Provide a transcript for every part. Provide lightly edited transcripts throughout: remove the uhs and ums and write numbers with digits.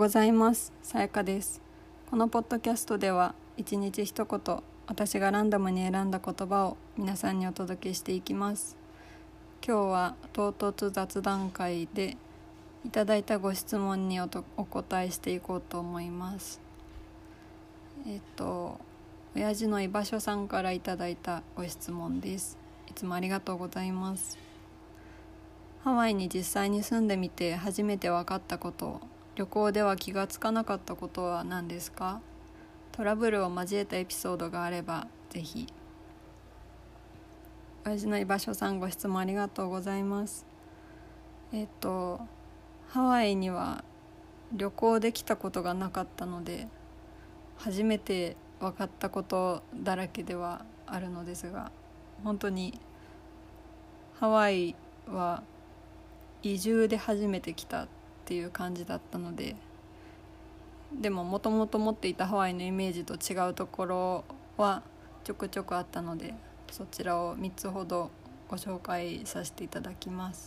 ございます。さやかです。このポッドキャストでは一日一言、私がランダムに選んだ言葉を皆さんにお届けしていきます。今日は唐突雑談会でいただいたご質問にお答えしていこうと思います。親父の居場所さんからいただいたご質問です。いつもありがとうございます。ハワイに実際に住んでみて初めて分かったこと、旅行では気がつかなかったことは何ですか？トラブルを交えたエピソードがあればぜひ。親父の居場所さん、ご質問ありがとうございます。ハワイには旅行できたことがなかったので初めて分かったことだらけではあるのですが、本当にハワイは移住で初めて来たっていう感じだったので、でももともと持っていたハワイのイメージと違うところはちょくちょくあったので、そちらを3つほどご紹介させていただきます。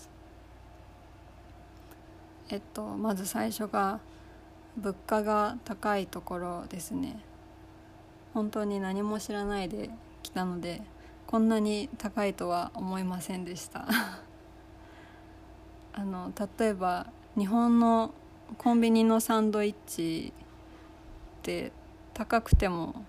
まず最初が物価が高いところですね。本当に何も知らないで来たので、こんなに高いとは思いませんでした例えば日本のコンビニのサンドイッチって高くても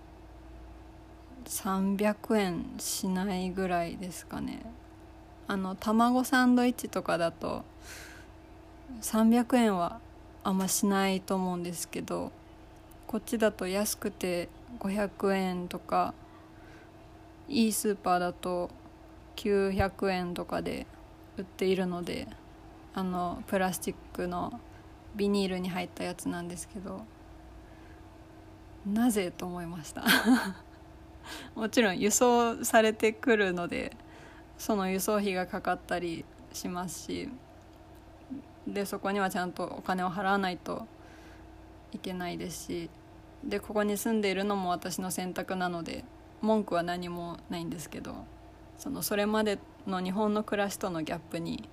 300円しないぐらいですかね。卵サンドイッチとかだと300円はあんましないと思うんですけど、こっちだと安くて500円とか、いいスーパーだと900円とかで売っているので、プラスチックのビニールに入ったやつなんですけど、なぜと思いましたもちろん輸送されてくるのでその輸送費がかかったりしますし、でそこにはちゃんとお金を払わないといけないですし、でここに住んでいるのも私の選択なので文句は何もないんですけど、それまでの日本の暮らしとのギャップに、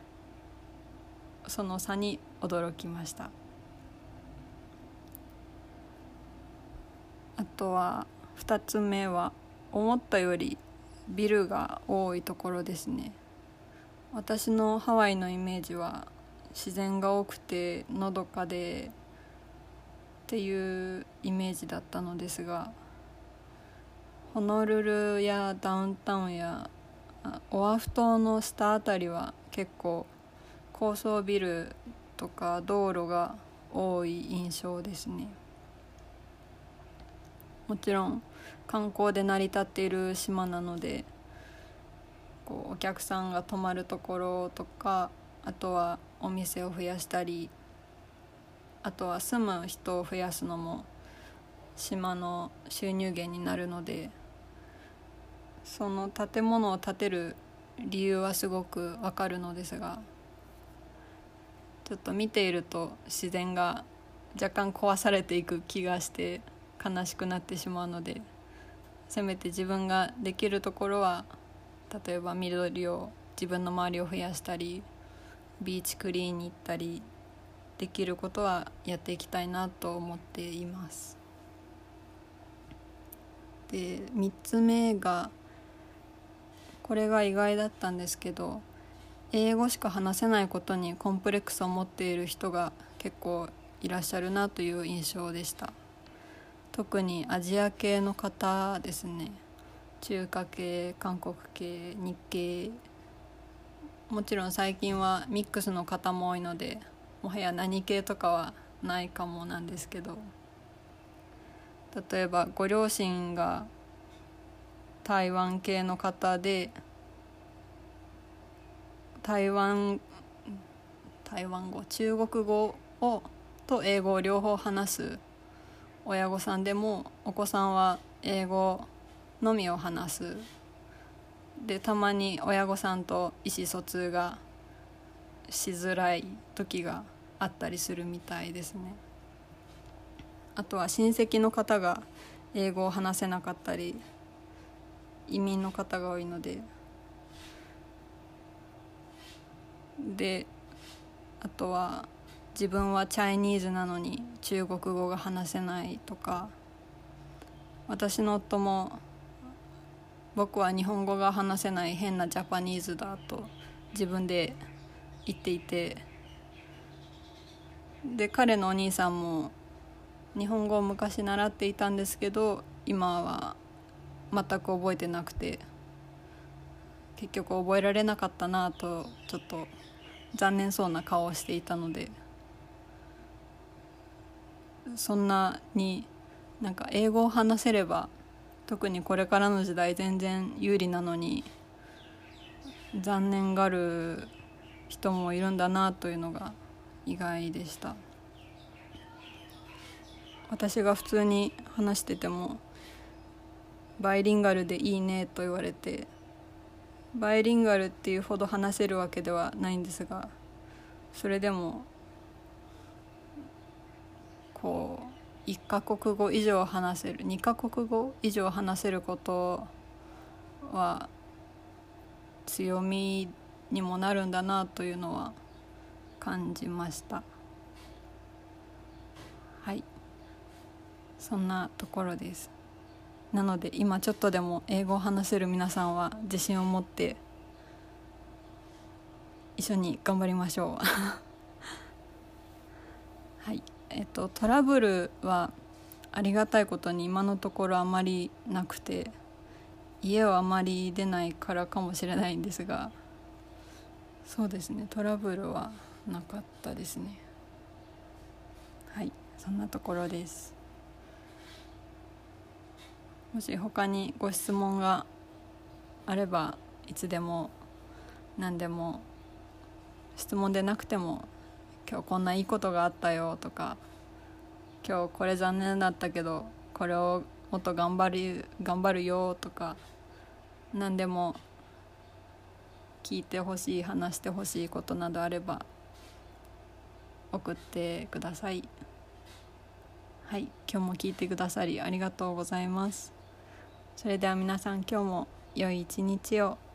その差に驚きました。あとは2つ目は思ったよりビルが多いところですね。私のハワイのイメージは自然が多くてのどかでっていうイメージだったのですが、ホノルルやダウンタウンやオアフ島の下あたりは結構高層ビルとか道路が多い印象ですね。もちろん観光で成り立っている島なので、お客さんが泊まるところとか、あとはお店を増やしたり、あとは住む人を増やすのも島の収入源になるので、その建物を建てる理由はすごくわかるのですが、ちょっと見ていると自然が若干壊されていく気がして悲しくなってしまうので、せめて自分ができるところは、例えば緑を自分の周りを増やしたり、ビーチクリーンに行ったり、できることはやっていきたいなと思っています。で3つ目が、これが意外だったんですけど、英語しか話せないことにコンプレックスを持っている人が結構いらっしゃるなという印象でした。特にアジア系の方ですね。中華系、韓国系、日系、もちろん最近はミックスの方も多いので、もはや何系とかはないかもなんですけど、例えばご両親が台湾系の方で、台湾語、中国語と英語を両方話す親御さんでも、お子さんは英語のみを話す。でたまに親御さんと意思疎通がしづらい時があったりするみたいですね。あとは親戚の方が英語を話せなかったり、移民の方が多いので、あとは自分はチャイニーズなのに中国語が話せないとか、私の夫も僕は日本語が話せない変なジャパニーズだと自分で言っていて、で彼のお兄さんも日本語を昔習っていたんですけど今は全く覚えてなくて、結局覚えられなかったなとちょっと残念そうな顔をしていたので、そんなになんか英語を話せれば特にこれからの時代全然有利なのに残念がる人もいるんだなというのが意外でした。私が普通に話しててもバイリンガルでいいねと言われて、バイリンガルっていうほど話せるわけではないんですが、それでもこう1カ国語以上話せる、2カ国語以上話せることは強みにもなるんだなというのは感じました。はい、そんなところです。なので今ちょっとでも英語を話せる皆さんは自信を持って一緒に頑張りましょうはい、トラブルはありがたいことに今のところあまりなくて、家はあまり出ないからかもしれないんですが、そうですね、トラブルはなかったですね。はい、そんなところです。もし他にご質問があればいつでも何でも、質問でなくても今日こんないいことがあったよとか、今日これ残念だったけどこれをもっと頑張るよとか、何でも聞いてほしい、話してほしいことなどあれば送ってください。はい、今日も聞いてくださりありがとうございます。それでは皆さん、今日も良い一日を。